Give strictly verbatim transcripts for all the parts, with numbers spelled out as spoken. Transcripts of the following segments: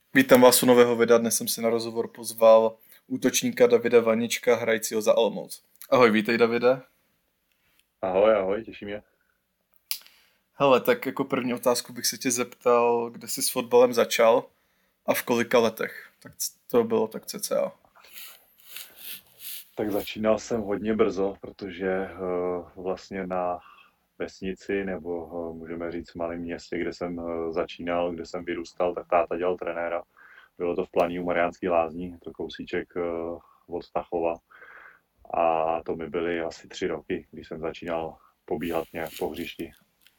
Vítám vás u nového videa, dnes jsem si na rozhovor pozval útočníka Davida Vanička, hrajícího za Olomouc. Ahoj, vítej Davide. Ahoj, ahoj, těší mě. Hele, tak jako první otázku bych se tě zeptal, kde jsi s fotbalem začal a v kolika letech? Tak c- to bylo tak cca. Tak začínal jsem hodně brzo, protože eh, vlastně na vesnici, nebo eh, můžeme říct malém městě, kde jsem eh, začínal, kde jsem vyrůstal, tak táta dělal trenéra. Bylo to v Planí u Mariánský Lázní, to kousíček eh, od Tachova. A to mi byly asi tři roky, když jsem začínal pobíhat nějak po hřišti.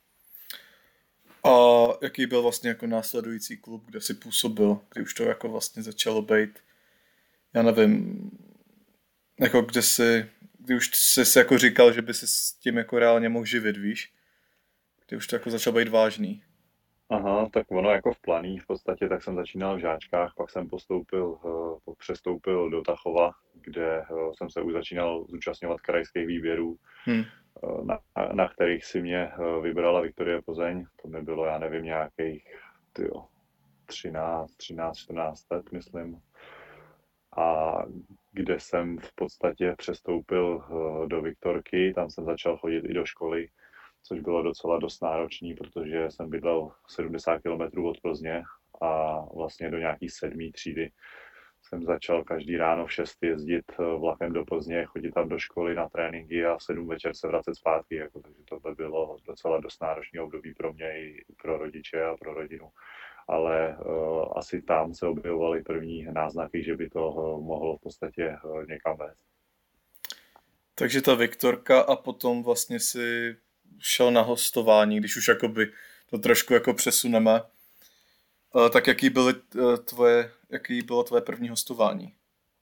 A jaký byl vlastně jako následující klub, kde jsi působil, kdy už to jako vlastně začalo být, já nevím, jako kde jsi, kdy už jsi si jako říkal, že by si s tím jako reálně mohl živit, víš? Kdy už to jako začalo být vážný. Aha, tak ono jako v Planý v podstatě, tak jsem začínal v žáčkách, pak jsem postoupil, eh, přestoupil do Tachova, kde eh, jsem se už začínal zúčastňovat krajských výběrů, Hm. eh, na, na kterých si mě eh, vybrala Viktorie Plzeň. To mi bylo, já nevím, nějakých tyjo, třináct, třináct, čtrnáct let, myslím. A kde jsem v podstatě přestoupil eh, do Viktorky, tam jsem začal chodit i do školy, což bylo docela dost náročný, protože jsem bydlel sedmdesát kilometrů od Plzně a vlastně do nějaký sedmý třídy jsem začal každý ráno v šest jezdit eh, vlakem do Plzně, chodit tam do školy na tréninky a v sedm večer se vracet zpátky, jako, takže to by bylo docela dost náročný období pro mě i pro rodiče a pro rodinu. Ale uh, asi tam se objevovaly první náznaky, že by to uh, mohlo v podstatě uh, někam vést. Takže ta Viktorka a potom vlastně si šel na hostování, když už jakoby to trošku jako přesuneme. Eh, Tak jaký byly eh, tvoje, jaký bylo tvoje první hostování?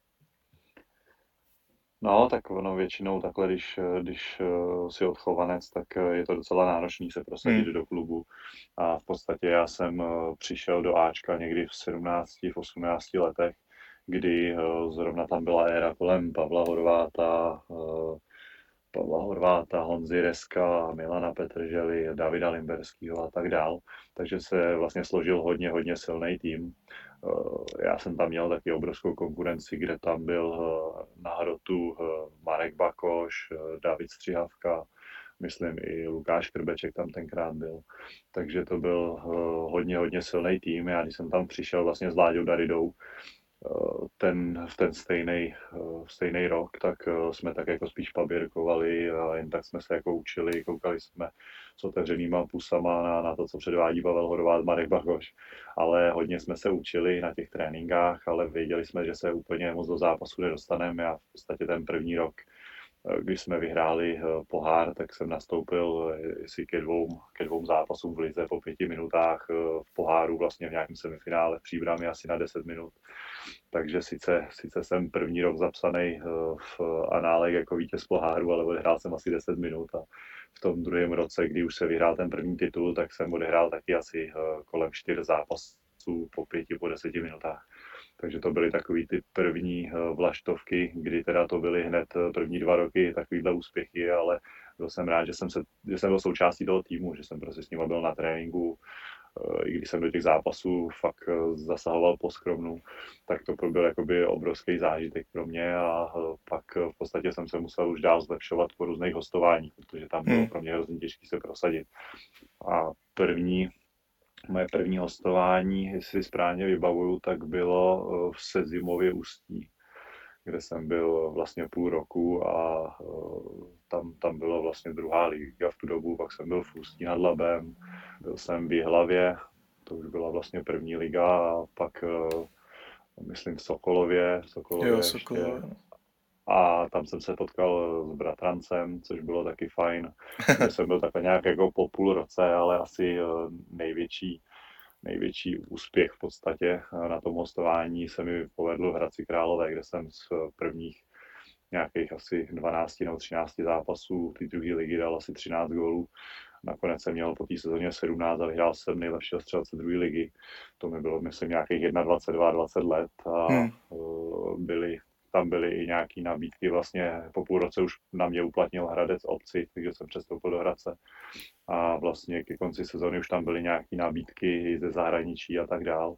No, tak ono většinou takhle, když, eh, když eh, si odchovanec, tak eh, je to docela náročný se prosadit Hmm. do klubu. A v podstatě já jsem eh, přišel do Ačka někdy v sedmnácti, v osmnácti letech, kdy eh, zrovna tam byla éra kolem Pavla Horváta, eh, Pavla Horváta, Honzy Reska, Milana Petržely, Davida Limberského a tak dál. Takže se vlastně složil hodně, hodně silný tým. Eh, Já jsem tam měl taky obrovskou konkurenci, kde tam byl eh, na hrotu eh, Marek Bakoš, eh, David Střihavka, myslím i Lukáš Krbeček tam tenkrát byl. Takže to byl eh, hodně, hodně silný tým. Já když jsem tam přišel vlastně s Láďou Daridou, eh, ten, v ten stejný, stejný rok, tak eh, jsme tak jako spíš paběrkovali a jen tak jsme se jako učili, koukali jsme s otevřenýma pusama na, na to, co předvádí Pavel Horváth, Marek Bachoš. Ale hodně jsme se učili na těch tréninkách, ale věděli jsme, že se úplně moc do zápasu nedostaneme a v podstatě ten první rok, eh, když jsme vyhráli eh, pohár, tak jsem nastoupil eh, si ke dvou, ke dvou zápasům v lize po pěti minutách, eh, v poháru vlastně v nějakém semifinále v Příbrami asi na deset minut. Takže sice, sice jsem první rok zapsaný v análech jako vítěz poháru, ale odehrál jsem asi deset minut a v tom druhém roce, kdy už se vyhrál ten první titul, tak jsem odehrál taky asi kolem čtyř zápasů po pěti, po deseti minutách. Takže to byly takový ty první vlaštovky, kdy teda to byly hned první dva roky takovýhle úspěchy, ale byl jsem rád, že jsem, se, že jsem byl součástí toho týmu, že jsem prostě s nimi byl na tréninku, i když jsem do těch zápasů fakt zasahoval po skromnu, tak to byl jakoby obrovský zážitek pro mě a pak v podstatě jsem se musel už dál zlepšovat po různých hostováních, protože tam bylo Hmm. pro mě hrozně těžké se prosadit. A první, moje první hostování, jestli správně vybavuju, tak bylo v Sezimově Ústí, kde jsem byl vlastně půl roku a uh, tam, tam byla vlastně druhá liga v tu dobu, pak jsem byl v Ústí nad Labem, byl jsem v Jihlavě, to už byla vlastně první liga a pak uh, myslím v Sokolově, v Jo, Sokolově Sokolové, ještě no. a tam jsem se potkal s bratrancem, což bylo taky fajn, že jsem byl takhle nějak jako po půl roce, ale asi uh, největší největší úspěch v podstatě na tom hostování se mi povedl v Hradci Králové, kde jsem z prvních nějakých asi dvanáct nebo třináct zápasů té druhé ligy dal asi třináct gólů. Nakonec jsem měl po té sezóně sedmnáct a vyhrál jsem nejlepšího střelce druhé ligy. To mi bylo, myslím, nějakých dvacet jedna, dvacet dva let a Hmm. uh, byly, tam byly i nějaké nabídky. Vlastně po půl roce už na mě uplatnil Hradec obci, takže jsem přestoupil do Hradce a vlastně ke konci sezóny už tam byly nějaké nabídky ze zahraničí a tak dál.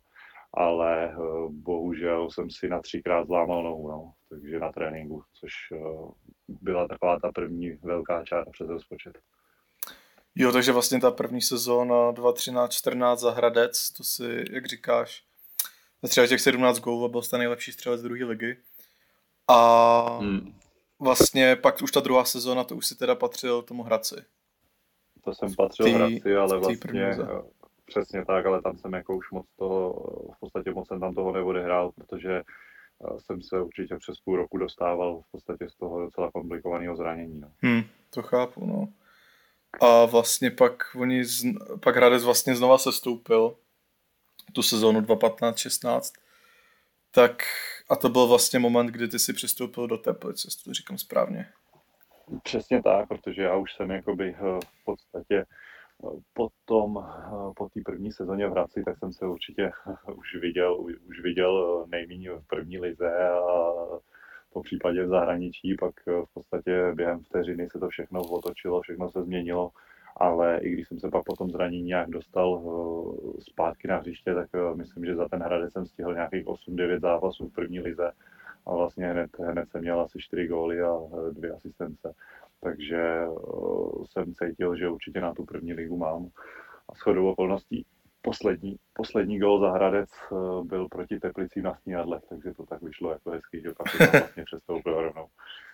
ale bohužel jsem si na třikrát zlámal nohu, no, takže na tréninku, což byla taková ta první velká čára přes rozpočet. Jo, takže vlastně ta první sezóna dva třináct čtrnáct za Hradec, to si, jak říkáš, třeba těch sedmnáct gólů a byl jste nejlepší střelec druhé ligy. A Hmm. vlastně pak už ta druhá sezóna, to už si teda patřil tomu Hradci. To jsem patřil tý, Hradci, ale vlastně přesně tak, ale tam jsem jako už moc toho, v podstatě moc jsem tam toho neodehrál, protože jsem se určitě přes půl roku dostával v podstatě z toho docela komplikovaného zranění. No. Hmm, to chápu, no. A vlastně pak oni, pak Hradec vlastně znova sestoupil tu sezónu dva patnáct šestnáct. Tak a to byl vlastně moment, kdy ty si přistoupil do Teplic, jestli to říkám správně. Přesně tak, protože já už jsem jakoby v podstatě potom, po té první sezóně v Hradci, tak jsem se určitě už viděl, už viděl nejméně v první lize a po případě v zahraničí, pak v podstatě během vteřiny se to všechno otočilo, všechno se změnilo, ale i když jsem se pak po tom zranění nějak dostal zpátky na hřiště, tak myslím, že za ten Hradec jsem stihl nějakých osm devět zápasů v první lize a vlastně hned, hned jsem měl asi čtyři góly a dvě asistence. Takže uh, jsem cítil, že určitě na tu první ligu mám. A shodou okolností poslední, poslední gól za Hradec uh, byl proti Teplicím na Sníhadlech, takže to tak vyšlo jako hezky, že pak jsem vlastně přestoupil rovnou.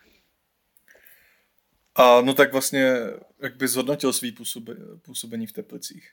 A no tak vlastně, jak bys zhodnotil svý působe, působení v Teplicích?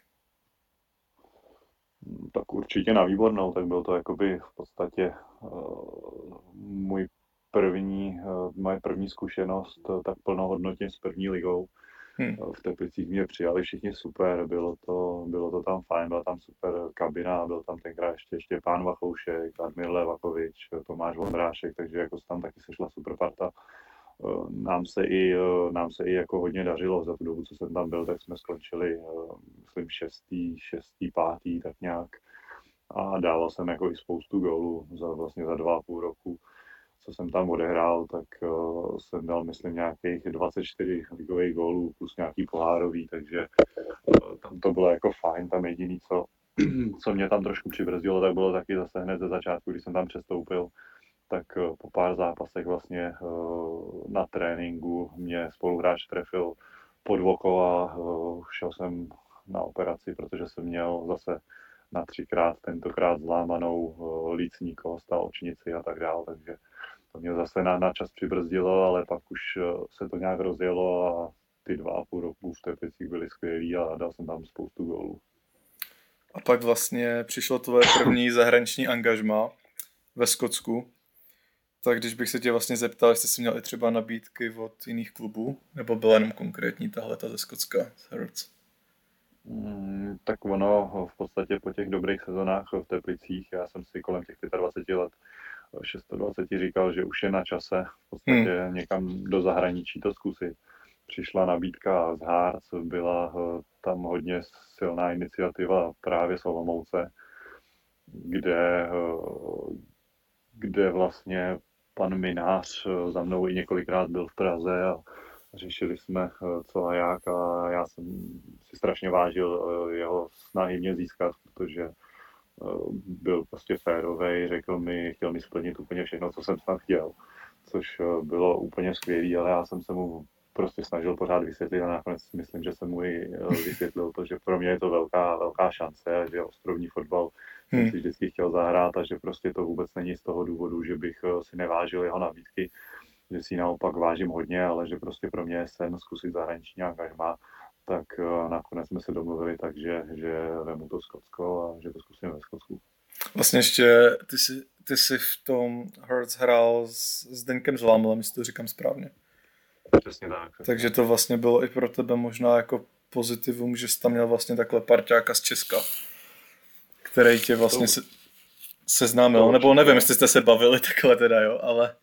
Tak určitě na výbornou, tak byl to jakoby v podstatě uh, můj první, moje první zkušenost tak plnohodnotně s první ligou. Hmm. V Teplicích mě přijali všichni super, bylo to, bylo to tam fajn, byla tam super kabina, byl tam tenkrát ještě Štěpán Vachoušek, Admir Levakovič, Tomáš Vondrášek, takže jako tam taky sešla super parta. Nám se i, nám se i jako hodně dařilo za tu dobu, co jsem tam byl, tak jsme skončili, myslím, šestý, šestý, pátý, tak nějak. A dával jsem jako i spoustu gólů za vlastně za dva a půl roku, co jsem tam odehrál, tak uh, jsem dal, myslím, nějakých dvacet čtyři ligových gólů plus nějaký pohárový, takže uh, tam to bylo jako fajn. Tam jediný, co, co mě tam trošku přibrzdilo, tak bylo taky zase hned ze začátku, když jsem tam přestoupil, tak uh, po pár zápasech vlastně uh, na tréninku mě spoluhráč trefil pod oko a uh, šel jsem na operaci, protože jsem měl zase na třikrát, tentokrát zlámanou uh, lícní kost a očnici a tak dále, takže to mě zase na, na čas přibrzdilo, ale pak už se to nějak rozjelo a ty dva a půl roku v Teplicích byly skvělý a dal jsem tam spoustu gólů. A pak vlastně přišlo tvoje první zahraniční angažma ve Skotsku. Tak když bych se tě vlastně zeptal, jestli jsi měl i třeba nabídky od jiných klubů, nebo byla jenom konkrétní tahle ta ze Skotska, z Hearts? Mm, tak ono v podstatě po těch dobrých sezonách v Teplicích, já jsem si kolem těch dvacet pět let dvacet šest říkal, že už je na čase v podstatě hmm. někam do zahraničí to zkusit. Přišla nabídka z Hearts, byla tam hodně silná iniciativa právě z Olomouce, kde, kde vlastně pan Minář za mnou i několikrát byl v Praze a řešili jsme co a jak a já jsem si strašně vážil jeho snahy mě získat, protože byl prostě férovej, řekl mi, chtěl mi splnit úplně všechno, co jsem tam chtěl, což bylo úplně skvělý, ale já jsem se mu prostě snažil pořád vysvětlit a nakonec myslím, že jsem mu i vysvětlil to, že pro mě je to velká, velká šance a že ostrovní fotbal jsem hmm. si vždycky chtěl zahrát a že prostě to vůbec není z toho důvodu, že bych si nevážil jeho nabídky, že si naopak vážím hodně, ale že prostě pro mě je sen zkusit zahraniční angažmá. Tak nakonec jsme se domluvili tak, že, že vemu to Skotsko a že to zkusím ve Skotsku. Vlastně ještě ty jsi, ty jsi v tom Hearts hrál s, s Denkem Zlámelem, jestli to říkám správně. Přesně tak. Přesně. Takže to vlastně bylo i pro tebe možná jako pozitivum, že jsi tam měl vlastně takhle parťáka z Česka, který tě vlastně se, seznámil, nebo nevím, jestli jste se bavili takhle teda, jo, ale...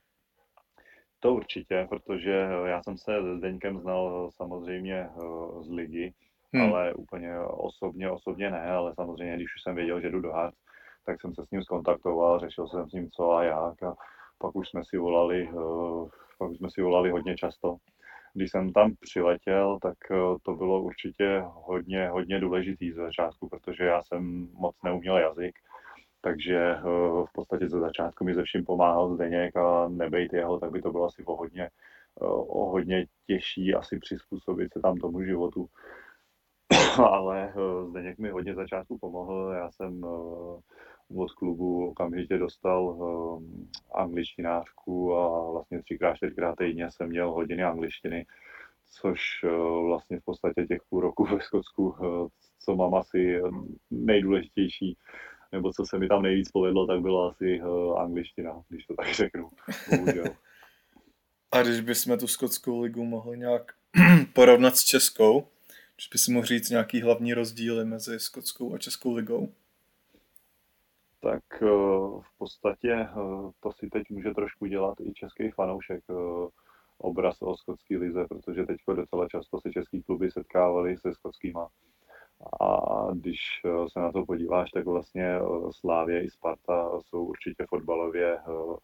To určitě, protože já jsem se s Deňkem znal samozřejmě z ligy, hmm. ale úplně osobně, osobně ne, ale samozřejmě, když už jsem věděl, že jdu do Hearts, tak jsem se s ním skontaktoval, řešil jsem s ním co a jak a pak už jsme si volali, pak už jsme si volali hodně často. Když jsem tam přiletěl, tak to bylo určitě hodně, hodně důležitý z začátku, protože já jsem moc neuměl jazyk takže uh, v podstatě ze začátku mi ze vším pomáhal Zdeněk a nebejt jeho, tak by to bylo asi o hodně, uh, o hodně těžší asi přizpůsobit se tam tomu životu. Ale uh, Zdeněk mi hodně začátku pomohl, já jsem uh, od klubu okamžitě dostal uh, angličtinářku a vlastně třikrát, čtyřikrát týdně jsem měl hodiny angličtiny, což uh, vlastně v podstatě těch půl roku ve Skotsku, uh, co mám asi nejdůležitější, nebo co se mi tam nejvíc povedlo, tak bylo asi uh, angličtina, když to tak řeknu, bohužel. A když bychom tu skotskou ligu mohli nějak porovnat s českou, když by si mohl říct nějaký hlavní rozdíly mezi skotskou a českou ligou? Tak uh, v podstatě uh, to si teď může trošku dělat i český fanoušek, uh, obraz o skotské lize, protože teď docela často se český kluby setkávaly se skotskýma. A když se na to podíváš, tak vlastně Slavia i Sparta jsou určitě fotbalově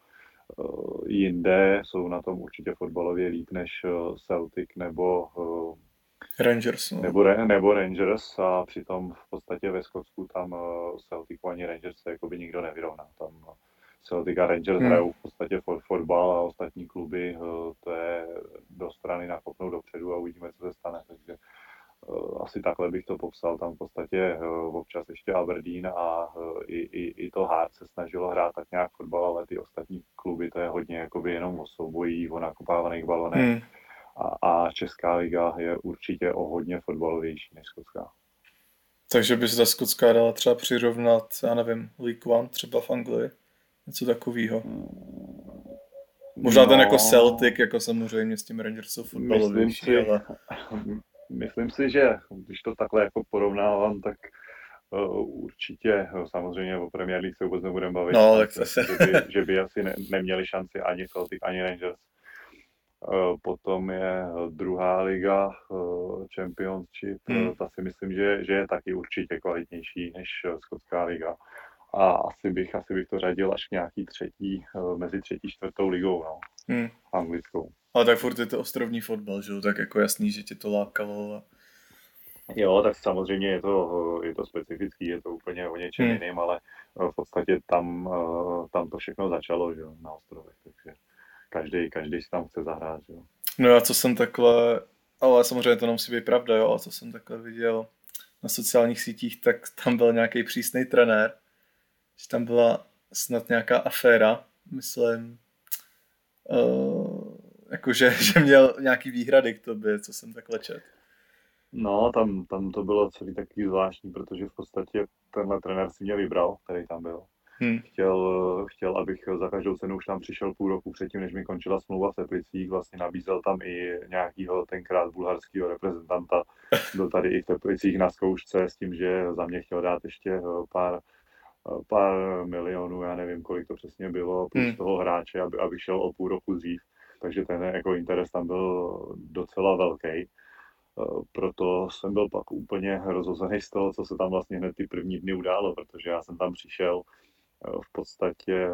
jinde, jsou na tom určitě fotbalově líp než Celtic nebo Rangers. No. Nebo, nebo Rangers a přitom v podstatě ve Skotsku tam Celticu ani Rangers se jakoby nikdo nevyrovná. Tam Celtic a Rangers hmm. hrajou v podstatě fotbal a ostatní kluby to je do strany nakopnou dopředu a uvidíme, co se stane. Takže asi takhle bych to popsal. Tam v podstatě občas ještě Aberdeen a i, i, i to Hearts se snažilo hrát tak nějak fotbal, ale ty ostatní kluby to je hodně jakoby jenom o soubojí, o nakopávaných balonech. Hmm. A, a Česká liga je určitě o hodně fotbalovější než skotská. Takže by se ta skotská dala třeba přirovnat, já nevím, League One třeba v Anglii? Něco takového. Možná no, ten jako Celtic, jako samozřejmě s tím Rangers jsou fotbalovější, myslím si, ale... Myslím si, že když to takhle jako porovnávám, tak uh, určitě, uh, samozřejmě o Premier League se vůbec nebudeme bavit, no, tak se... že, by, že by asi ne, neměli šanci ani Celtic, ani Rangers. Uh, potom je druhá liga, uh, Championship, hmm. uh, ta si myslím, že, že je taky určitě kvalitnější než uh, skotská liga. A asi bych, asi bych to řadil až k nějaký třetí, uh, mezi třetí, čtvrtou ligou, no, hmm. anglickou. Ale tak furt je to ostrovní fotbal, že jo, tak jako jasný, že tě to lákalo. A... Jo, tak samozřejmě je to, je to specifický, je to úplně o něčem hmm. jiným, ale v podstatě tam, tam to všechno začalo, že jo, na ostrovech, takže každý, každý si tam chce zahrát, že jo. No a co jsem takhle, ale samozřejmě to nemusí být pravda, jo, ale co jsem takhle viděl na sociálních sítích, tak tam byl nějaký přísný trenér, že tam byla snad nějaká aféra, myslím, uh, jakože že měl nějaký výhrady k tobě, co jsem takhle čet. No, tam, tam to bylo celý takový zvláštní, protože v podstatě tenhle trenér si mě vybral, který tam byl. Hmm. Chtěl, chtěl, abych za každou cenu už tam přišel půl roku předtím, než mi končila smlouva v Teplicích. Vlastně nabízel tam i nějakýho tenkrát bulharského reprezentanta. Byl tady i v Teplicích na zkoušce s tím, že za mě chtěl dát ještě pár, pár milionů, já nevím, kolik to přesně bylo, plus hmm. toho hráče, aby, aby šel o půl roku dřív. Takže ten jako interes tam byl docela velký. Proto jsem byl pak úplně rozhozený z toho, co se tam vlastně hned ty první dny událo, protože já jsem tam přišel v podstatě,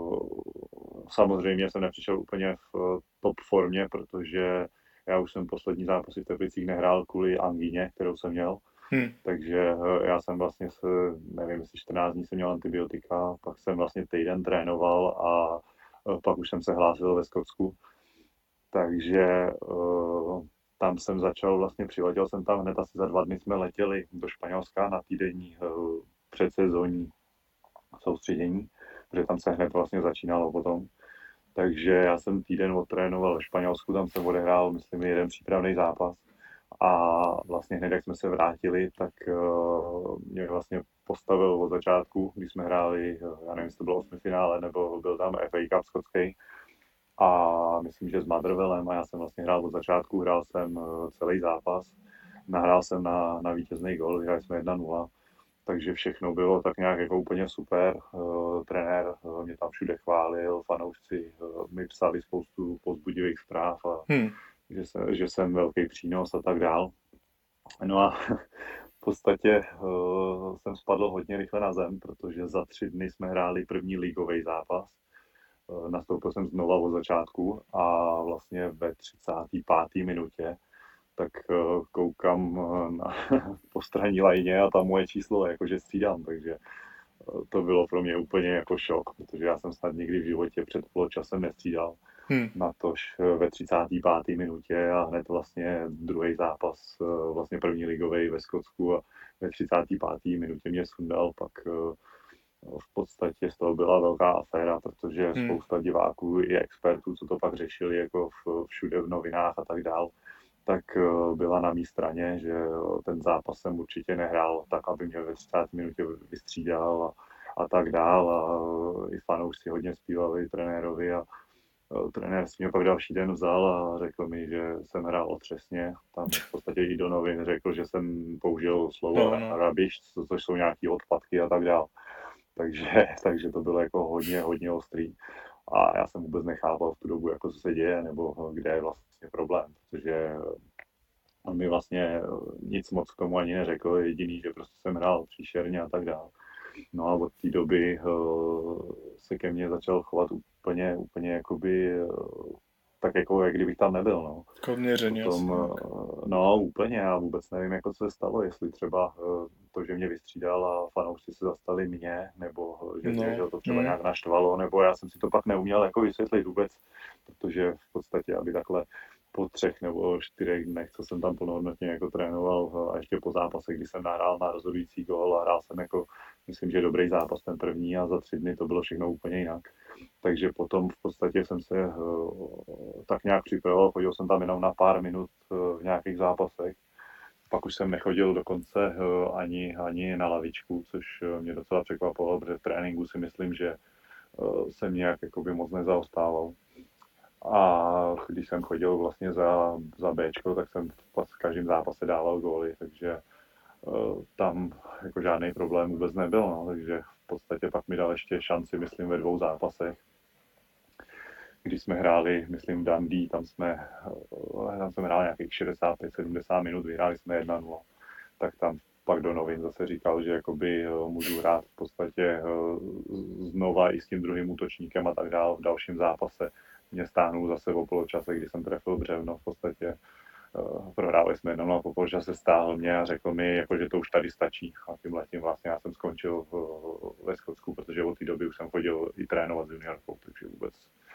samozřejmě jsem nepřišel úplně v top formě, protože já už jsem poslední zápasy v Teplicích nehrál kvůli angíně, kterou jsem měl. Hmm. Takže já jsem vlastně, se, nevím, jestli čtrnáct dní jsem měl antibiotika, pak jsem vlastně týden trénoval a pak už jsem se hlásil ve Skotsku. Takže tam jsem začal, vlastně přiletěl jsem tam hned asi za dva dny jsme letěli do Španělska na týdenní předsezónní soustředění, protože tam se hned vlastně začínalo potom. Takže já jsem týden odtrénoval ve Španělsku, tam jsem odehrál, myslím, jeden přípravný zápas. A vlastně hned, jak jsme se vrátili, tak uh, mě vlastně postavil od začátku, když jsme hráli, já nevím, jestli to bylo osmifinále, nebo byl tam F A Cup skotský. A myslím, že s Motherwellem, a já jsem vlastně hrál od začátku, hrál jsem celý zápas, nahrál jsem na, na vítězný gól, vyhráli jsme jedna nula, takže všechno bylo tak nějak jako úplně super. Uh, trenér uh, mě tam všude chválil, fanoušci uh, mi psali spoustu povzbudivých zpráv a hmm. že, se, že jsem velký přínos a tak dál. No a v podstatě uh, jsem spadl hodně rychle na zem, protože za tři dny jsme hráli první ligový zápas. Nastoupil jsem znova od začátku a vlastně ve třicáté páté minutě tak koukám na postranní lajně a tam moje číslo jakože střídám, takže to bylo pro mě úplně jako šok, protože já jsem snad nikdy v životě před poločasem nestřídal. Hmm. Natož ve třicáté páté minutě a hned vlastně druhý zápas, vlastně první ligový ve Skotsku a ve třicáté páté minutě mě sundal, pak v podstatě z toho byla velká aféra, protože Hmm. spousta diváků i expertů, co to pak řešili jako v, všude v novinách a tak dál, tak byla na mé straně, že ten zápas jsem určitě nehrál tak, aby mě ve třicáté minutě vystřídal a, a tak dál a i fanoušci hodně zpívali trenérovi a trenér si mě pak další den vzal a řekl mi, že jsem hrál otřesně. Tam v podstatě i do novin řekl, že jsem použil slovo No, no. rubbish, což jsou nějaký odpadky a tak dál. Takže, takže to bylo jako hodně, hodně ostrý. A já jsem vůbec nechápal v tu dobu, jako co se děje, nebo kde je vlastně problém, protože on mi vlastně nic moc k tomu ani neřekl, jediný, že prostě jsem hrál příšerně a tak dále. No a od té doby uh, se ke mně začal chovat úplně, úplně jakoby, uh, tak jako, jak kdybych tam nebyl, no. Kodměřeně Potom, uh, no úplně, já vůbec nevím, jako co se stalo, jestli třeba uh, to, že mě vystřídal a fanoušci se zastali mě, nebo uh, že, no. že to třeba mm. nějak naštvalo, nebo já jsem si to pak neuměl jako vysvětlit vůbec, protože v podstatě, aby takhle po třech nebo čtyřech dnech, co jsem tam plnohodnotně jako trénoval a ještě po zápase, kdy jsem nahrál na rozhodující gól a hrál jsem jako, myslím, že dobrý zápas ten první a za tři dny to bylo všechno úplně jinak. Takže potom v podstatě jsem se uh, tak nějak připravoval, chodil jsem tam jenom na pár minut uh, v nějakých zápasech. Pak už jsem nechodil dokonce uh, ani, ani na lavičku, což uh, mě docela překvapilo, protože v tréninku si myslím, že uh, jsem nějak jakoby moc nezaostával. A když jsem chodil vlastně za, za Bčko, tak jsem v každém zápase dával góly, takže uh, tam jako žádný problém vůbec nebyl, no, takže v podstatě pak mi dal ještě šanci, myslím, ve dvou zápasech. Když jsme hráli, myslím, Dundee, tam jsme, uh, tam jsme hráli nějakých šedesát pět sedmdesát minut, vyhráli jsme jedna nula, tak tam pak do novin zase říkal, že jakoby uh, můžu hrát v podstatě uh, znova i s tím druhým útočníkem a tak dále v dalším zápase. Mě stáhnul zase po poločase, kdy jsem trefil břevno v podstatě. Uh, prohrávali jsme jednou a po poločase stáhl mě a řekl mi, jako, že to už tady stačí. A tímhletím vlastně já jsem skončil uh, ve Skotsku, protože od té doby už jsem chodil i trénovat s juniorkou, takže vůbec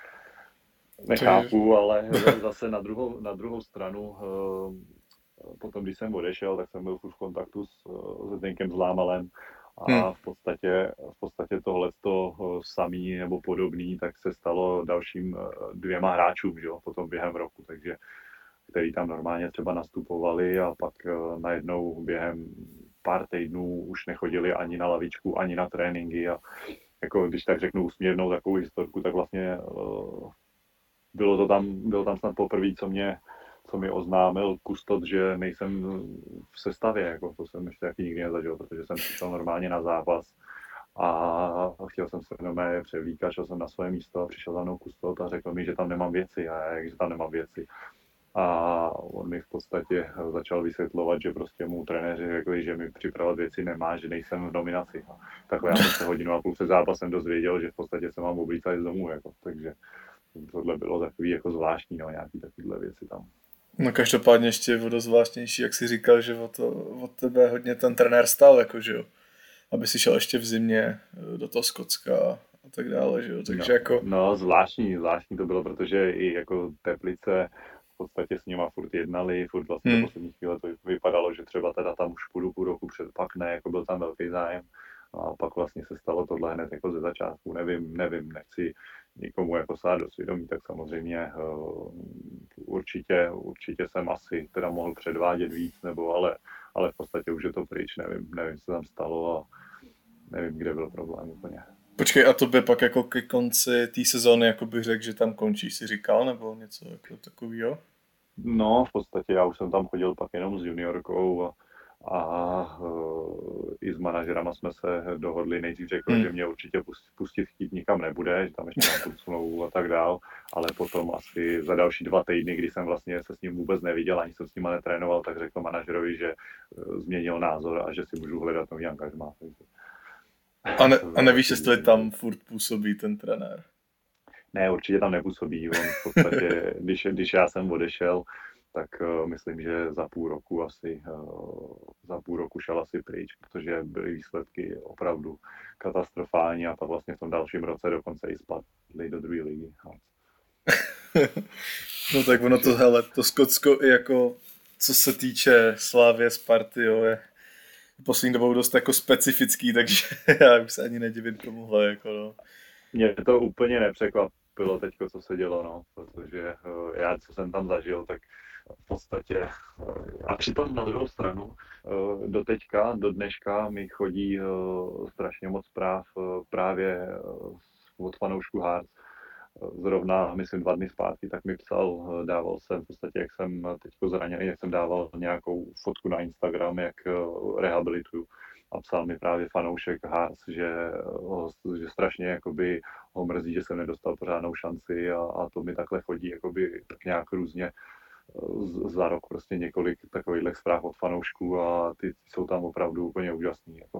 nechápu, ale zase na druhou, na druhou stranu uh, potom, když jsem odešel, tak jsem byl v kontaktu s, s Zdenkem Zlámalem a v podstatě, v podstatě tohleto samý nebo podobný, tak se stalo dalším dvěma hráčům, že jo, potom během roku, takže který tam normálně třeba nastupovali a pak najednou během pár týdnů už nechodili ani na lavičku, ani na tréninky a jako když tak řeknu úsměvnou takovou historku, tak vlastně bylo to tam, bylo tam snad poprvé, co mě co mi oznámil kustot, že nejsem v sestavě, jako to jsem ještě taky nikdy nezažil, protože jsem přišel normálně na zápas a chtěl jsem se jenom převlíkat, šel jsem na své místo a přišel za mnou kustot a řekl mi, že tam nemám věci a já, že tam nemám věci. A on mi v podstatě začal vysvětlovat, že prostě mu trenéři řekli, že mi připravovat věci nemá, že nejsem v nominaci. A takhle já jsem se hodinu a půl před zápasem dozvěděl, že v podstatě se mám oblíkat z domů, jako, takže tohle bylo takový jako zvláštní, no, nějaký takovýhle věci tam. No každopádně ještě o dost zvláštnější, jak jsi říkal, že o, to, o tebe hodně ten trenér stál, jako, že jo, aby si šel ještě v zimě do toho Skotska a tak dále, že jo, takže no, jako... No zvláštní, zvláštní to bylo, protože i jako Teplice v podstatě s nima furt jednali, furt vlastně hmm. do posledních chvíle to vypadalo, že třeba teda tam už půjdu půl roku před, pak ne, jako byl tam velký zájem a pak vlastně se stalo tohle hned jako ze začátku, nevím, nevím, nechci nikomu jako sát do svědomí, tak samozřejmě uh, určitě, určitě jsem asi teda mohl předvádět víc, nebo ale, ale v podstatě už je to pryč, nevím, nevím, co tam stalo a nevím, kde byl problém úplně. Počkej, a to by pak jako ke konci té sezóny jako bych řekl, že tam končí, si říkal, nebo něco jako takového? No, v podstatě já už jsem tam chodil pak jenom s juniorkou a a uh, i s manažerama jsme se dohodli, nejdřív řekl, hmm. že mě určitě pustit chtít nikam nebude, že tam ještě mám tu smlouvu a tak dál, ale potom asi za další dva týdny, kdy jsem vlastně se s ním vůbec neviděl, ani jsem s ním netrénoval, tak řekl manažerovi, že uh, změnil názor a že si můžu hledat nový angažmá. A, ne, a nevíš, jestli tam furt působí ten trenér? Ne, určitě tam nepůsobí, on v podstatě, když, když já jsem odešel, tak uh, myslím, že za půl roku asi uh, za půl roku šel asi pryč, protože byly výsledky opravdu katastrofální a pak vlastně v tom dalším roce dokonce i spadli do druhé ligy. No tak ono to, hele, to Skotsko i jako, co se týče Slávie, Sparty, jo, je poslední dobou dost jako specifický, takže já už se ani nedivím tomuhle, jako no. Mě to úplně nepřekvapilo teďko, co se dělo, no, protože uh, já, co jsem tam zažil, tak v podstatě, uh, a přitom na druhou stranu, uh, do teďka, do dneška mi chodí uh, strašně moc zpráv uh, právě uh, od fanoušku Hearts. Zrovna, myslím, dva dny zpátky, tak mi psal, dával jsem v podstatě, jak jsem teďko zraněný, jak jsem dával nějakou fotku na Instagram, jak rehabilituju. A psal mi právě fanoušek Hearts, že, že strašně jakoby ho mrzí, že jsem nedostal pořádnou šanci a, a to mi takhle chodí jakoby tak nějak různě za rok prostě několik takovýchhle zpráv od fanoušků a ty jsou tam opravdu úplně úžasný. Jako.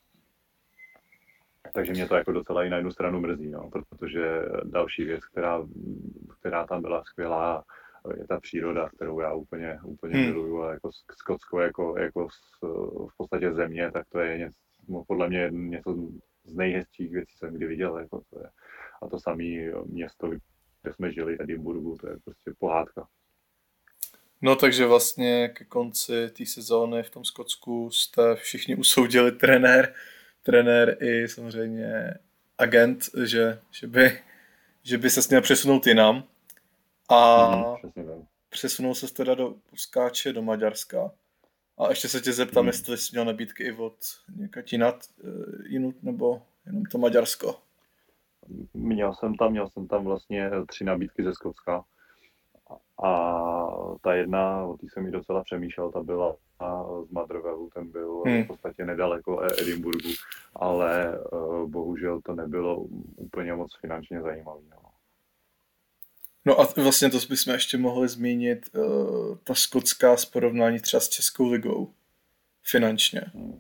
Takže mě to jako docela i na jednu stranu mrzí, no, protože další věc, která, která tam byla skvělá, je ta příroda, kterou já úplně, úplně hmm. miluju a jako Skotsko jako, jako v podstatě země, tak to je něco, podle mě něco z nejhezčích věcí, jsem kdy viděl. Jako to je. A to samé město, kde jsme žili, Edinburghu, to je prostě pohádka. No takže vlastně ke konci té sezóny v tom Skotsku jste všichni usoudili trenér, trenér i samozřejmě agent, že, že, by, že by se směl přesunout jinam. A mm, přesunul se teda do Puskáče, do Maďarska. A ještě se tě zeptám, mm. jestli jsi měl nabídky i od někať jinat, jinut, nebo jenom to Maďarsko. Měl jsem tam, měl jsem tam vlastně tři nabídky ze Skotska. A ta jedna, o té jsem mi docela přemýšlel, ta byla z Motherwellu, ten byl hmm. v podstatě nedaleko Edinburghu, ale uh, bohužel to nebylo úplně moc finančně zajímavé. No. no a vlastně to bychom ještě mohli zmínit, uh, ta skotská z porovnání třeba s Českou ligou finančně. Hmm.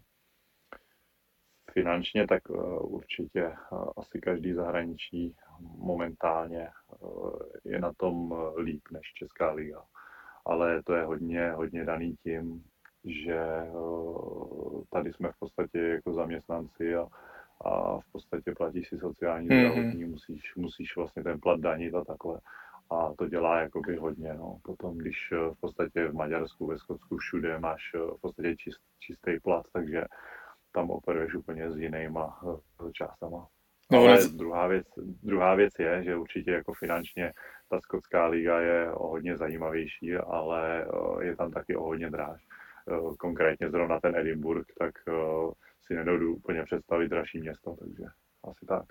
Finančně tak uh, určitě uh, asi každý zahraničí momentálně uh, je na tom uh, líp než Česká liga. Ale to je hodně, hodně daný tím, že uh, tady jsme v podstatě jako zaměstnanci a, a v podstatě platíš si sociální mm-hmm. zdravotní, musíš, musíš vlastně ten plat danit a takhle. A to dělá jakoby hodně. No. Potom, když v podstatě v Maďarsku, ve Skotsku všude máš v podstatě čist, čistý plat, takže tam operuješ úplně s jinýma částama. No, ale ne... druhá, věc, druhá věc je, že určitě jako finančně ta skotská liga je o hodně zajímavější, ale je tam taky o hodně dráž. Konkrétně zrovna ten Edinburgh, tak si nedodu úplně představit dražší město, takže asi tak.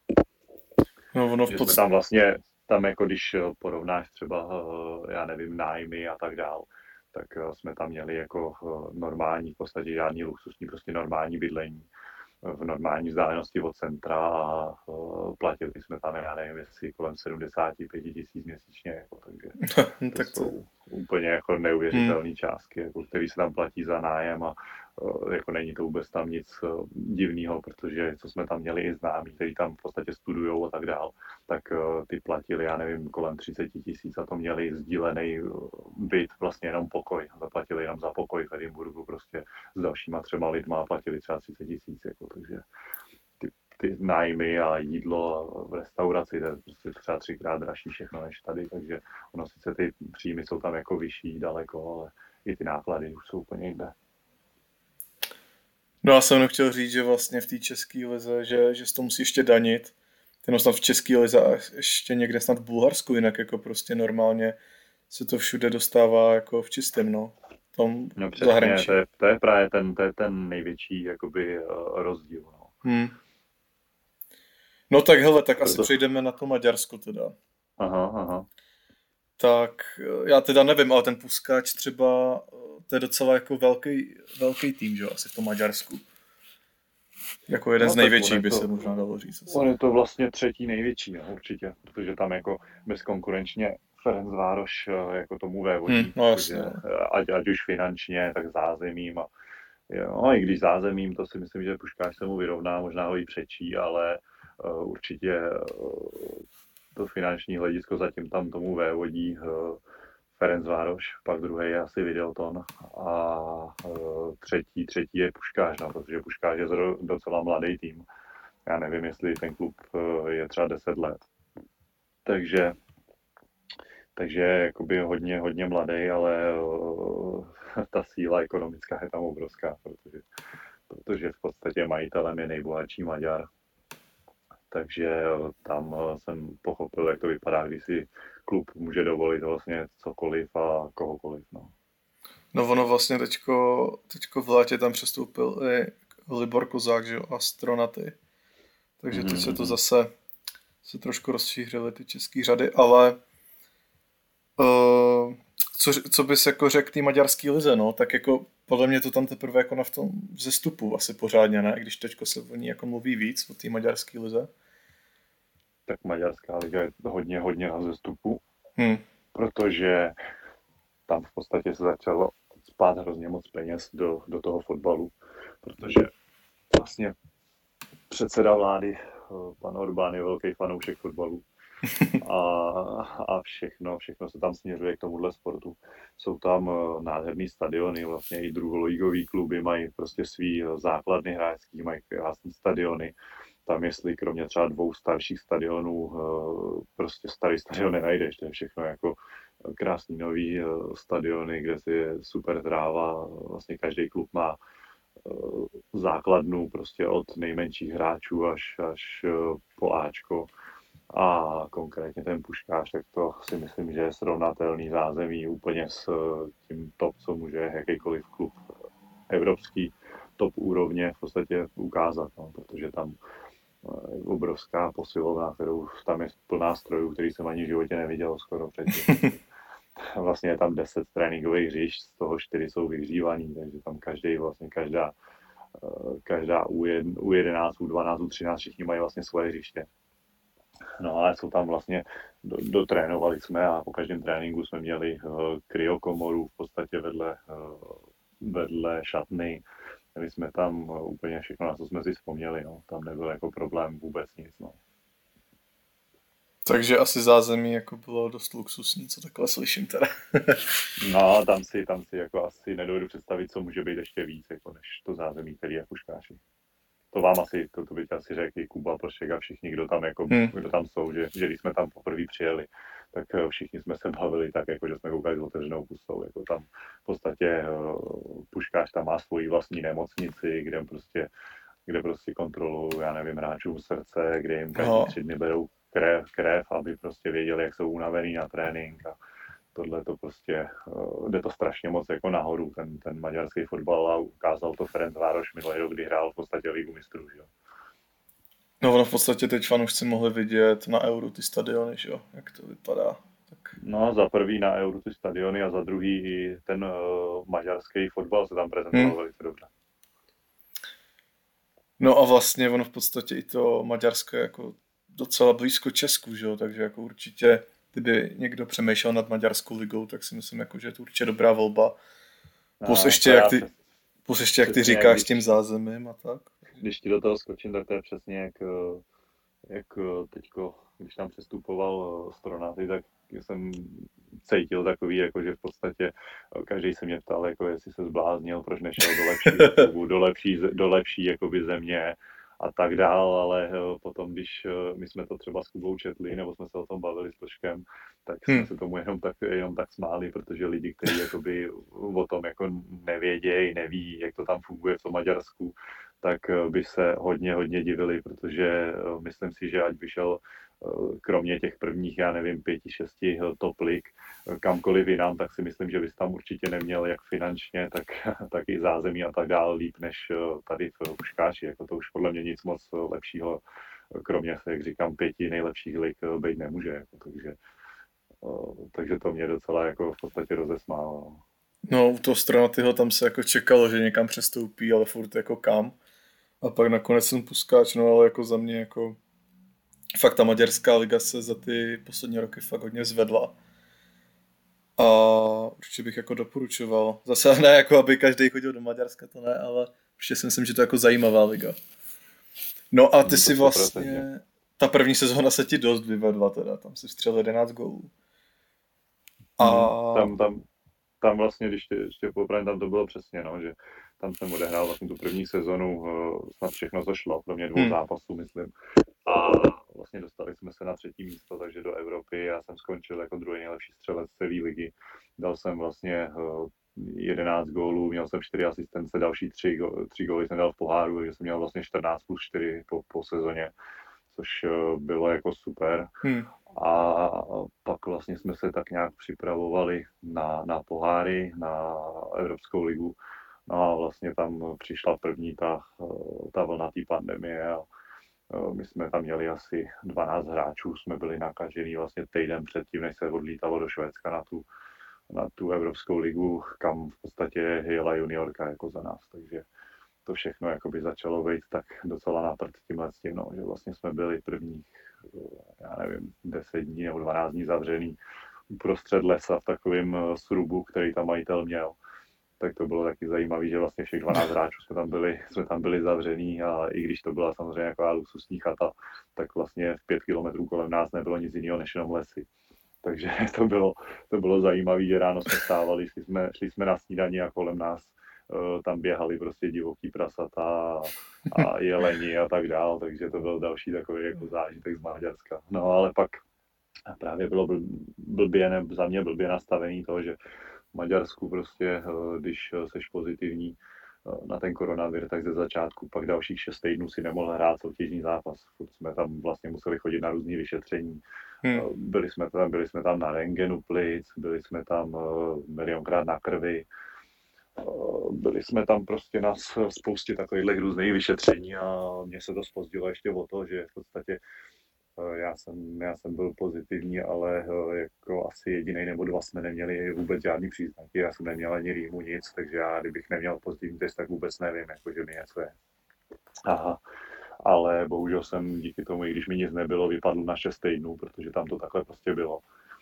No, ono v podst... Tam vlastně, tam jako když porovnáš třeba, já nevím, nájmy a tak dál, tak jsme tam měli jako normální, v podstatě žádný luxusní, prostě normální bydlení v normální vzdálenosti od centra a platili jsme tam, já nevím, jestli kolem sedmdesát pět tisíc měsíčně, jako, takže to tak jsou to... úplně jako neuvěřitelné hmm. částky, jako, které se tam platí za nájem a jako není to vůbec tam nic divného, protože co jsme tam měli i známí, kteří tam v podstatě studujou a tak dál, tak ty platili, já nevím, kolem třicet tisíc a to měli sdílený byt, vlastně jenom pokoj. Zaplatili jenom za pokoj v Edinburghu prostě s dalšíma třema lidma a platili třeba třicet tisíc, jako, takže ty, ty nájmy a jídlo v restauraci, to je prostě třeba třikrát dražší všechno než tady, takže ono sice ty příjmy jsou tam jako vyšší daleko, ale i ty náklady už jsou úplně jinde. No já jsem jenom chtěl říct, že vlastně v té české lize, že, že to musí ještě danit. Ten snad v české lize a ještě někde snad v Bulharsku, jinak jako prostě normálně se to všude dostává jako v čistém, no. Tom no přesně, to je, to je právě ten, to je ten největší jakoby rozdíl, no. Hmm. No tak hele, tak to asi to... přejdeme na to Maďarsko teda. Aha, aha. Tak já teda nevím, ale ten Puskáč třeba, to je docela jako velký, velký tým, že jo, asi v tom Maďarsku. Jako jeden no, z největších by to, se možná dalo říct. On je to vlastně třetí největší, no, určitě, protože tam jako bezkonkurenčně Ferencvároš jako tomu vévodí, hmm, no, jasně, ať, ať už finančně, tak zázemím a jo, i když zázemím, to si myslím, že Puškáš se mu vyrovná, možná ho i přečí, ale uh, určitě uh, to finanční hledisko zatím tam tomu vévodí uh, Ferencvároš, pak druhý je asi Videoton a uh, třetí, třetí je Puškáš, no, protože Puškáš je docela mladý tým. Já nevím, jestli ten klub uh, je třeba deset let. Takže, takže jakoby hodně, hodně mladý, ale uh, ta síla ekonomická je tam obrovská, protože, protože v podstatě majitelem je nejbohatší Maďar. Takže tam jsem pochopil, jak to vypadá, když si klub může dovolit vlastně cokoliv a kohokoliv. No, no ono vlastně teďko, teďko v létě tam přestoupil i Libor Kozák, že jo, a Stronaty. Takže teď se to zase se trošku rozšířily ty české řady, ale uh, co, co bys jako řekl té maďarské lize, no, tak jako podle mě to tam teprve jako na v tom vzestupu asi pořádně, ne, když teďko se o ní jako mluví víc, o té maďarské lize. Tak maďarská liga je hodně, hodně na vzestupu, hmm. protože tam v podstatě se začalo spát hrozně moc peněz do, do toho fotbalu, protože vlastně předseda vlády, pan Orbán, je velký fanoušek fotbalu a, a všechno, všechno se tam směřuje k tomuhle sportu. Jsou tam nádherný stadiony, vlastně i druholigový kluby mají prostě svý základny hráčský, mají krásný stadiony. Tam jestli kromě třeba dvou starších stadionů prostě starý stadion nenajdeš, to je všechno jako krásný nový stadiony, kde si je super tráva, vlastně každý klub má základnu prostě od nejmenších hráčů až, až po Ačko. A konkrétně ten Puškáš, tak to si myslím, že je srovnatelný zázemí úplně s tím top, co může jakýkoliv klub evropský top úrovně v podstatě ukázat, no, protože tam je obrovská posilovna, kterou tam je plná strojů, který jsem ani v životě neviděl skoro předtím. Vlastně je tam deset tréninkových hřišť, z toho čtyři jsou vyhřívaný, takže tam každý, vlastně každá, každá U jedenáct, U dvanáct, U třináct, všichni mají vlastně svoje hřiště. No ale jsou tam vlastně, do, dotrénovali jsme a po každém tréninku jsme měli uh, kryokomoru v podstatě vedle, uh, vedle šatny. Měli jsme tam uh, úplně všechno, na co jsme si vzpomněli, no. Tam nebyl jako problém vůbec nic, no. Takže asi zázemí jako bylo dost luxusní, co takhle slyším teda. No, tam si, tam si jako asi nedovedu představit, co může být ještě víc, jako než to zázemí, který je v Puškáši. To vám asi, to, to by tě asi řekl i Kuba, Plšek a všichni, kdo tam, jako, hmm. kdo tam jsou, že, že když jsme tam poprvé přijeli, tak všichni jsme se bavili tak, jako, že jsme koukali s otevřenou pustou. Jako tam v podstatě uh, Puškáš tam má svoji vlastní nemocnici, kde prostě, kde prostě kontrolují, já nevím, hráčům srdce, kde jim každý tři dny berou krev, krev, aby prostě věděli, jak jsou unavený na trénink a tohle to prostě, uh, jde to strašně moc jako nahoru, ten, ten maďarský fotbal, a ukázal to Ferencvároš minulý rok, kdy hrál v podstatě Ligu mistrů, jo. No ono v podstatě teď fanoušci mohli vidět na Euro ty stadiony, že jo, jak to vypadá. Tak... No za prvý na Euro ty stadiony a za druhý i ten uh, maďarský fotbal se tam prezentoval hmm. velice dobře. No a vlastně ono v podstatě i to Maďarsko je jako docela blízko Česku, že jo, takže jako určitě kdyby někdo přemýšlel nad maďarskou ligou, tak si myslím, jako, že je to určitě dobrá volba. Plus no, ještě, jak ty, plus ještě jak ty říkáš když, s tím zázemím a tak. Když ti do toho skočím, tak to je přesně jak, jak teďko, když tam přestupoval Stronaty, tak jsem cítil takový, jako, že v podstatě každý se mě ptal, jako, jestli se zbláznil, proč nešel do lepší klubu, do lepší, do lepší jakoby, země a tak dál, ale potom, když my jsme to třeba s Kubou četli, nebo jsme se o tom bavili s Plškem, tak jsme hmm. se tomu jenom tak, jenom tak smáli, protože lidi, kteří jakoby o tom jako nevědějí, neví, jak to tam funguje v tom Maďarsku, tak by se hodně, hodně divili, protože myslím si, že ať vyšel kromě těch prvních, já nevím, pěti, šesti top lig, kamkoliv jinam, tak si myslím, že bys tam určitě neměl jak finančně, tak, tak i zázemí a tak dále líp, než tady v Puškáši. Jako to už podle mě nic moc lepšího, kromě, jak říkám, pěti nejlepších lig být nemůže. Jako, takže, takže to mě docela jako v podstatě rozesmálo. No u toho Stranatyho tam se jako čekalo, že někam přestoupí, ale furt jako kam. A pak nakonec jsem Puskáč, no ale jako za mě jako fakt ta maďarská liga se za ty poslední roky fakt hodně zvedla. A určitě bych jako doporučoval. Zase ne jako, aby každý chodil do Maďarska, to ne, ale určitě si myslím, že to je jako zajímavá liga. No a ty si vlastně, ta první sezóna se ti dost vyvedla teda, tam si vstřelil jedenáct gólů. A Hmm. Tam, tam, tam vlastně, když tě, ještě popravím, tam to bylo přesně, no, že tam jsem odehrál vlastně tu první sezonu, uh, snad všechno zašlo, kromě dvou hm, zápasů, myslím. A vlastně dostali jsme se na třetí místo, takže do Evropy. Já jsem skončil jako druhý nejlepší střelec celé ligy. Dal jsem vlastně uh, jedenáct gólů, měl jsem čtyři asistence, další tři, go, tři góly jsem dal v poháru, takže jsem měl vlastně čtrnáct plus čtyři po, po sezóně, což uh, bylo jako super. hm, A pak vlastně jsme se tak nějak připravovali na, na poháry, na Evropskou ligu. No a vlastně tam přišla první ta, ta vlna té pandemie a my jsme tam měli asi dvanáct hráčů, jsme byli nakažený vlastně týden předtím, než se odlítalo do Švédska na tu, na tu Evropskou ligu, kam v podstatě jela juniorka jako za nás, takže to všechno jakoby začalo být tak docela na prd tímhle s tím, no, že vlastně jsme byli prvních, já nevím, deset dní nebo dvanáct dní zavřený uprostřed lesa v takovém srubu, který tam majitel měl. Tak to bylo taky zajímavé, že vlastně všech dvanáct hráčů jsme tam byli, jsme tam byli zavřený a i když to byla samozřejmě taková luxusní chata, tak vlastně v pět kilometrů kolem nás nebylo nic jiného než jenom lesy. Takže to bylo, to bylo zajímavé, že ráno jsme stávali, šli jsme, šli jsme na snídani a kolem nás uh, tam běhali prostě divoký prasata a, a jeleni a tak dál, takže to byl další takový jako zážitek z Maďarska. No ale pak právě bylo bl, blbě, ne, za mě blbě nastavený to, že v Maďarsku prostě, když seš pozitivní na ten koronavir, tak ze začátku pak dalších šest týdnů si nemohl hrát soutěžní zápas. Furt jsme tam vlastně museli chodit na různý vyšetření. Hmm. Byli jsme tam, byli jsme tam na rentgenu plic, byli jsme tam milionkrát na krvi. Byli jsme tam prostě na spoustě takových různých vyšetření a mně se to zpozdilo ještě o to, že v podstatě Já jsem, já jsem byl pozitivní, ale jako asi jediný nebo dva jsme neměli vůbec žádný příznaky. Já jsem neměl ani rýmu, nic, takže já, kdybych neměl pozitivní test, tak vůbec nevím, jako, že mi něco je. Aha. Ale bohužel jsem díky tomu, i když mi nic nebylo, vypadl na šest týdnů, protože tam to takhle prostě bylo.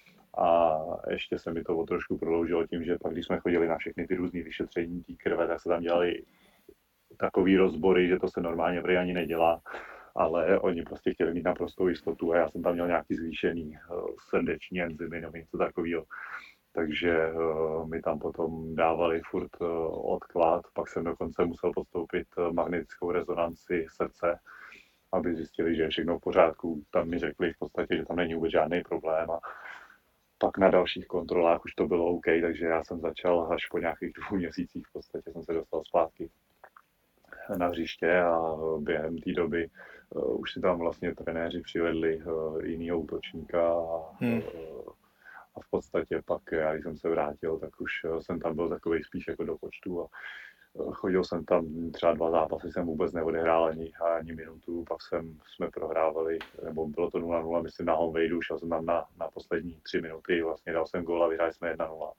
A ještě se mi to o trošku prodloužilo tím, že pak, když jsme chodili na všechny ty různé vyšetření té krve, tak se tam dělali takový rozbory, že to se normálně prý ani nedělá. Ale oni prostě chtěli mít naprostou jistotu a já jsem tam měl nějaký zvýšený uh, srdeční enzymy nebo něco takového. Takže uh, mi tam potom dávali furt uh, odklad, pak jsem dokonce musel podstoupit uh, magnetickou rezonanci srdce, aby zjistili, že je všechno v pořádku. Tam mi řekli v podstatě, že tam není vůbec žádný problém a pak na dalších kontrolách už to bylo OK, takže já jsem začal až po nějakých dvou měsících v podstatě jsem se dostal zpátky na hřiště a během té doby uh, už si tam vlastně trenéři přivedli uh, jinýho útočníka a, hmm. uh, a v podstatě pak já, když jsem se vrátil, tak už uh, jsem tam byl takovej spíš jako do počtu a uh, chodil jsem tam třeba dva zápasy, jsem vůbec neodehrál ani, ani minutu, pak jsem, jsme prohrávali, nebo bylo to nula nula, myslím na home vejdu, šel jsem tam na, na poslední tři minuty, vlastně dal jsem gól a vyhráli jsme jedna nula.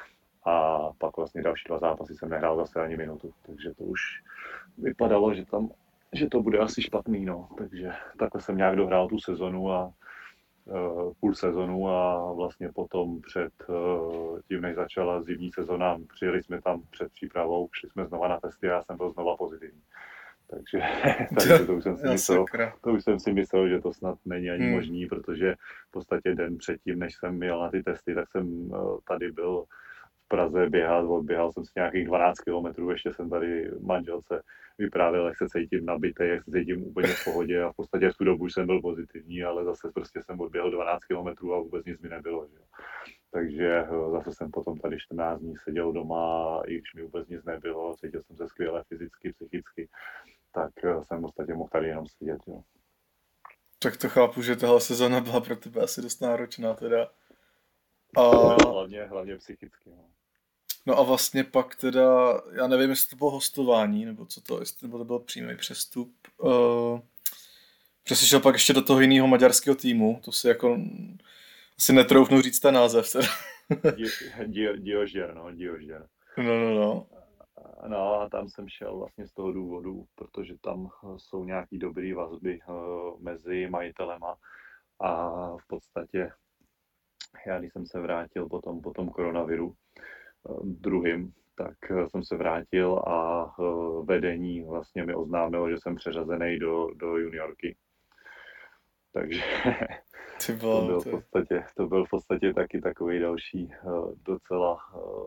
A pak vlastně další dva zápasy jsem nehrál zase ani minutu, takže to už vypadalo, že tam, že to bude asi špatný, no. Takže takhle jsem nějak dohrál tu sezonu a uh, půl sezonu a vlastně potom před uh, tím, než začala zimní sezona, přijeli jsme tam před přípravou, šli jsme znova na testy a já jsem byl znova pozitivní. Takže, takže to, už jsem si myslel, to už jsem si myslel, že to snad není ani hmm. možný, protože v podstatě den předtím, než jsem jel na ty testy, tak jsem uh, tady byl v Praze běhat, odběhal jsem si nějakých dvanáct kilometrů, ještě jsem tady manželce vyprávěl, jak se cítím nabitej, jak se cítím úplně v pohodě a v podstatě v tu dobu už jsem byl pozitivní, ale zase prostě jsem odběhl dvanáct kilometrů a vůbec nic mi nebylo. Že? Takže zase jsem potom tady čtrnáct dní seděl doma, i když mi vůbec nic nebylo, cítil jsem se skvěle fyzicky, psychicky, tak jsem v podstatě mohl tady jenom sedět. Jo. Tak to chápu, že tahle sezona byla pro tebe asi dost náročná teda. A... To hlavně, hlavně psychicky. No. No a vlastně pak teda, já nevím, jestli to bylo hostování, nebo co to, jestli to byl přímý přestup. Uh, přeslyšel pak ještě do toho jiného maďarského týmu, to si jako asi netroufnu říct ten název. Diósgyőr, no, Diósgyőr. No, no, no. No a tam jsem šel vlastně z toho důvodu, protože tam jsou nějaký dobrý vazby uh, mezi majitelema a v podstatě já, když jsem se vrátil potom, po tom koronaviru uh, druhým, tak jsem se vrátil a uh, vedení vlastně mi oznámilo, že jsem přeřazený do, do juniorky. Takže Ty to vole, byl v to je... podstatě, to byl v podstatě taky takový další eh, docela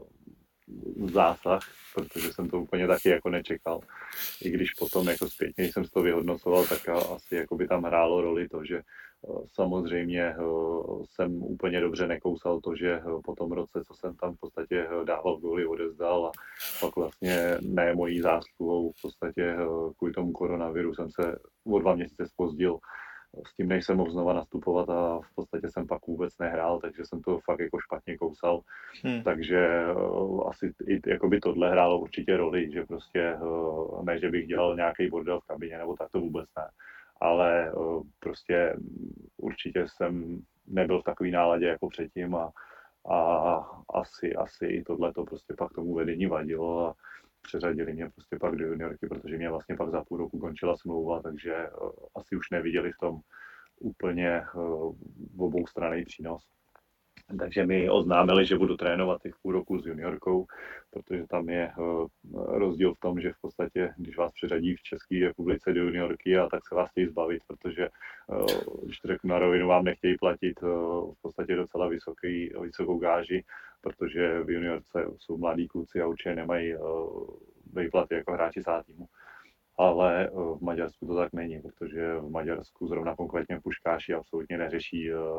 eh, zásah, protože jsem to úplně taky jako nečekal. I když potom jako zpětně jsem to vyhodnocoval, tak asi jako by tam hrálo roli to, že eh, samozřejmě eh, jsem úplně dobře nekousal to, že eh, po tom roce, co jsem tam v podstatě eh, dával góly, odezdal a pak vlastně ne mojí zásluhou v podstatě eh, kvůli tomu koronaviru jsem se o dva měsíce zpozdil s tím, než jsem mohl znova nastupovat a v podstatě jsem pak vůbec nehrál, takže jsem to fakt jako špatně kousal. Hm. Takže uh, asi i jakoby tohle hrálo určitě roli, že prostě uh, ne, že bych dělal nějaký bordel v kabině, nebo tak to vůbec ne. Ale uh, prostě určitě jsem nebyl v takový náladě jako předtím a, a asi, asi i tohle to prostě pak tomu vedení vadilo a přeřadili mě prostě pak do juniorky, protože mě vlastně pak za půl roku končila smlouva, takže uh, asi už neviděli v tom úplně uh, oboustranný přínos. Takže mi oznámili, že budu trénovat těch půl roku s juniorkou, protože tam je uh, rozdíl v tom, že v podstatě, když vás přeřadí v České republice do juniorky, a tak se vás chtějí zbavit, protože uh, když to řeknu na rovinu, vám nechtějí platit uh, v podstatě docela vysoký, vysokou gáži, protože v juniorce jsou mladí kluci a určitě nemají uh, výplaty jako hráči z týmu. Ale v Maďarsku to tak není, protože v Maďarsku zrovna konkrétně puškáši absolutně neřeší uh,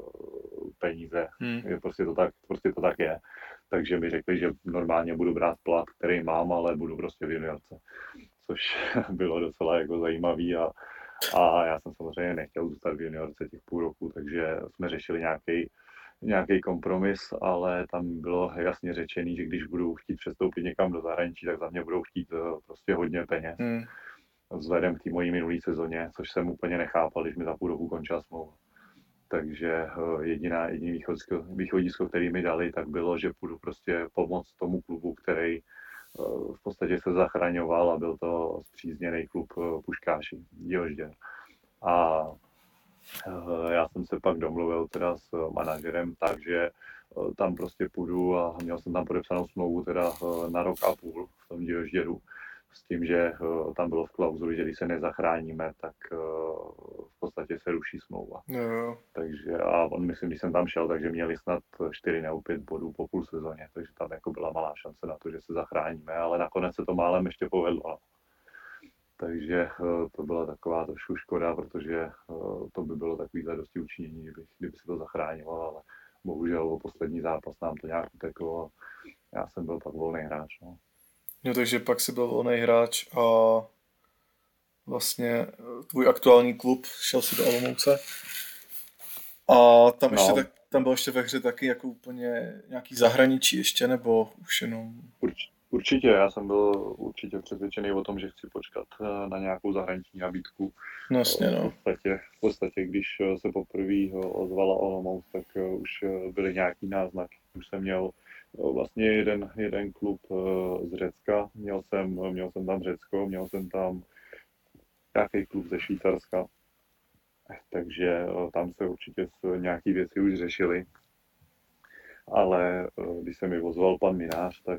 peníze. Hmm. Je, prostě, to tak, prostě to tak je. Takže mi řekli, že normálně budu brát plat, který mám, ale budu prostě v juniorce. Což bylo docela jako zajímavý a, a já jsem samozřejmě nechtěl zůstat v juniorce těch půl roku, takže jsme řešili nějaký nějaký kompromis, ale tam bylo jasně řečený, že když budu chtít přestoupit někam do zahraničí, tak za mě budou chtít uh, prostě hodně peněz. Hmm. Vzhledem k té mojí minulý sezóně, což jsem úplně nechápal, když mi za půl roku končila smlouva. Takže uh, jediná, jediný východisko, východisko, který mi dali, tak bylo, že půjdu prostě pomoct tomu klubu, který uh, v podstatě se zachraňoval a byl to zpřízněný klub uh, Puškáši, Diložděn. A já jsem se pak domluvil teda s manažerem, takže tam prostě půjdu a měl jsem tam podepsanou smlouvu teda na rok a půl v tom Diložděnu s tím, že tam bylo v klauzuli, že když se nezachráníme, tak v podstatě se ruší smlouva. No. Takže a on, myslím, když jsem tam šel, takže měli snad čtyři nebo pět bodů po půl sezóně, takže tam jako byla malá šance na to, že se zachráníme, ale nakonec se to málem ještě povedlo. Takže uh, to byla taková trošku škoda, protože uh, to by bylo takový zadosti učinění, kdyby, kdyby se to zachránilo, ale bohužel o poslední zápas nám to nějak uteklo a já jsem byl pak volný hráč. No. No, takže pak si byl volný hráč a vlastně tvůj aktuální klub šel si do Olomouce a tam, ještě No, tak, tam byl ještě ve hře taky jako úplně nějaký zahraničí ještě, nebo už jenom... urč, určitě, já jsem byl určitě přesvědčený o tom, že chci počkat na nějakou zahraniční nabídku. No jasně, no. V podstatě, v podstatě když se poprvé ozvala Olomouc, tak už byly nějaký náznaky. Už jsem měl vlastně jeden, jeden klub z Řecka, měl jsem, měl jsem tam Řecko, měl jsem tam nějaký klub ze Švýcarska, takže tam se určitě nějaké věci už řešily. Ale když se mi ozval pan Minář, tak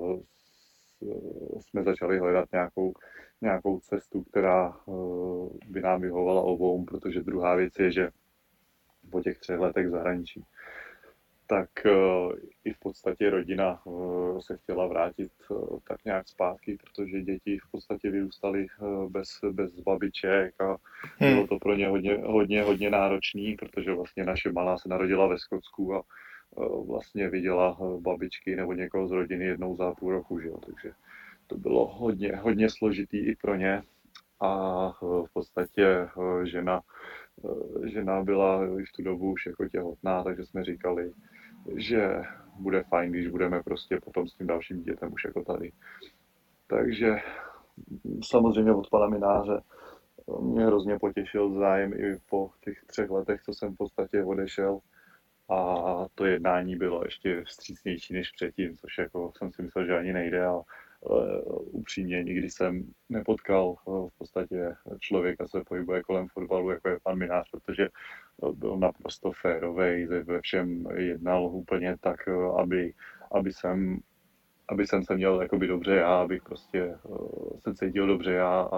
jsme začali hledat nějakou, nějakou cestu, která by nám vyhovovala obou, protože druhá věc je, že po těch třech letech v zahraničí, tak i v podstatě rodina se chtěla vrátit tak nějak zpátky, protože děti v podstatě vyrůstaly bez, bez babiček a bylo to pro ně hodně, hodně, hodně náročný, protože vlastně naše malá se narodila ve Skotsku a vlastně viděla babičky nebo někoho z rodiny jednou za půl roku, že jo? Takže to bylo hodně, hodně složitý i pro ně a v podstatě žena, žena byla v tu dobu už jako těhotná, takže jsme říkali, že bude fajn, když budeme prostě potom s tím dalším dítětem už jako tady. Takže samozřejmě od pana Mináře mě hrozně potěšil zájem i po těch třech letech, co jsem v podstatě odešel. A to jednání bylo ještě vstřícnější než předtím, což jako jsem si myslel, že ani nejde. A uh, upřímně nikdy jsem nepotkal uh, v podstatě člověka, se pohybuje kolem fotbalu, jako je pan Minář, protože uh, byl naprosto férovej, ve všem jednal úplně tak, uh, aby, aby jsem aby jsem se měl jakoby dobře já, abych prostě uh, se cítil dobře já a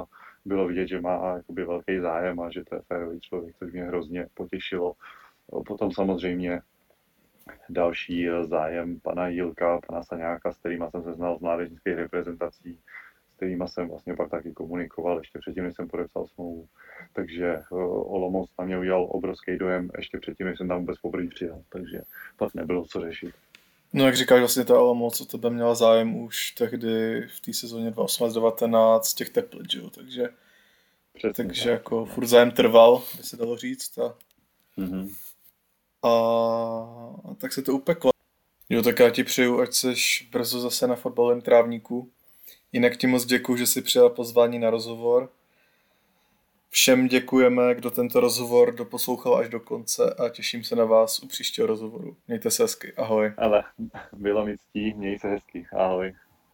bylo vidět, že má jakoby velký zájem a že to je férový člověk, což mě hrozně potěšilo. Potom samozřejmě další zájem pana Jílka, pana Saňáka, s kterýma jsem se znal z mládežnických reprezentací, s kterýma jsem vlastně pak taky komunikoval ještě předtím, než jsem podepsal smlouvu. Takže Olomouc na mě udělal obrovský dojem ještě předtím, než jsem tam vůbec poprvé přijel, takže pak nebylo co řešit. No jak říkáš, vlastně ta Olomouc o tebe měla zájem už tehdy v té sezóně dva tisíce osmnáct devatenáct těch Teplic, jo, takže, Přesně takže tak. jako furt zájem trval, by se dalo říct. A, Mm-hmm. a, a tak se to upeklo. Jo, tak já ti přeju, ať seš brzo zase na fotbalovém trávníku. Jinak ti moc děkuju, že jsi přijal pozvání na rozhovor. Všem děkujeme, kdo tento rozhovor doposlouchal až do konce a těším se na vás u příštího rozhovoru. Mějte se hezky. Ahoj. Ale bylo mi ctí, měj se hezky. Ahoj.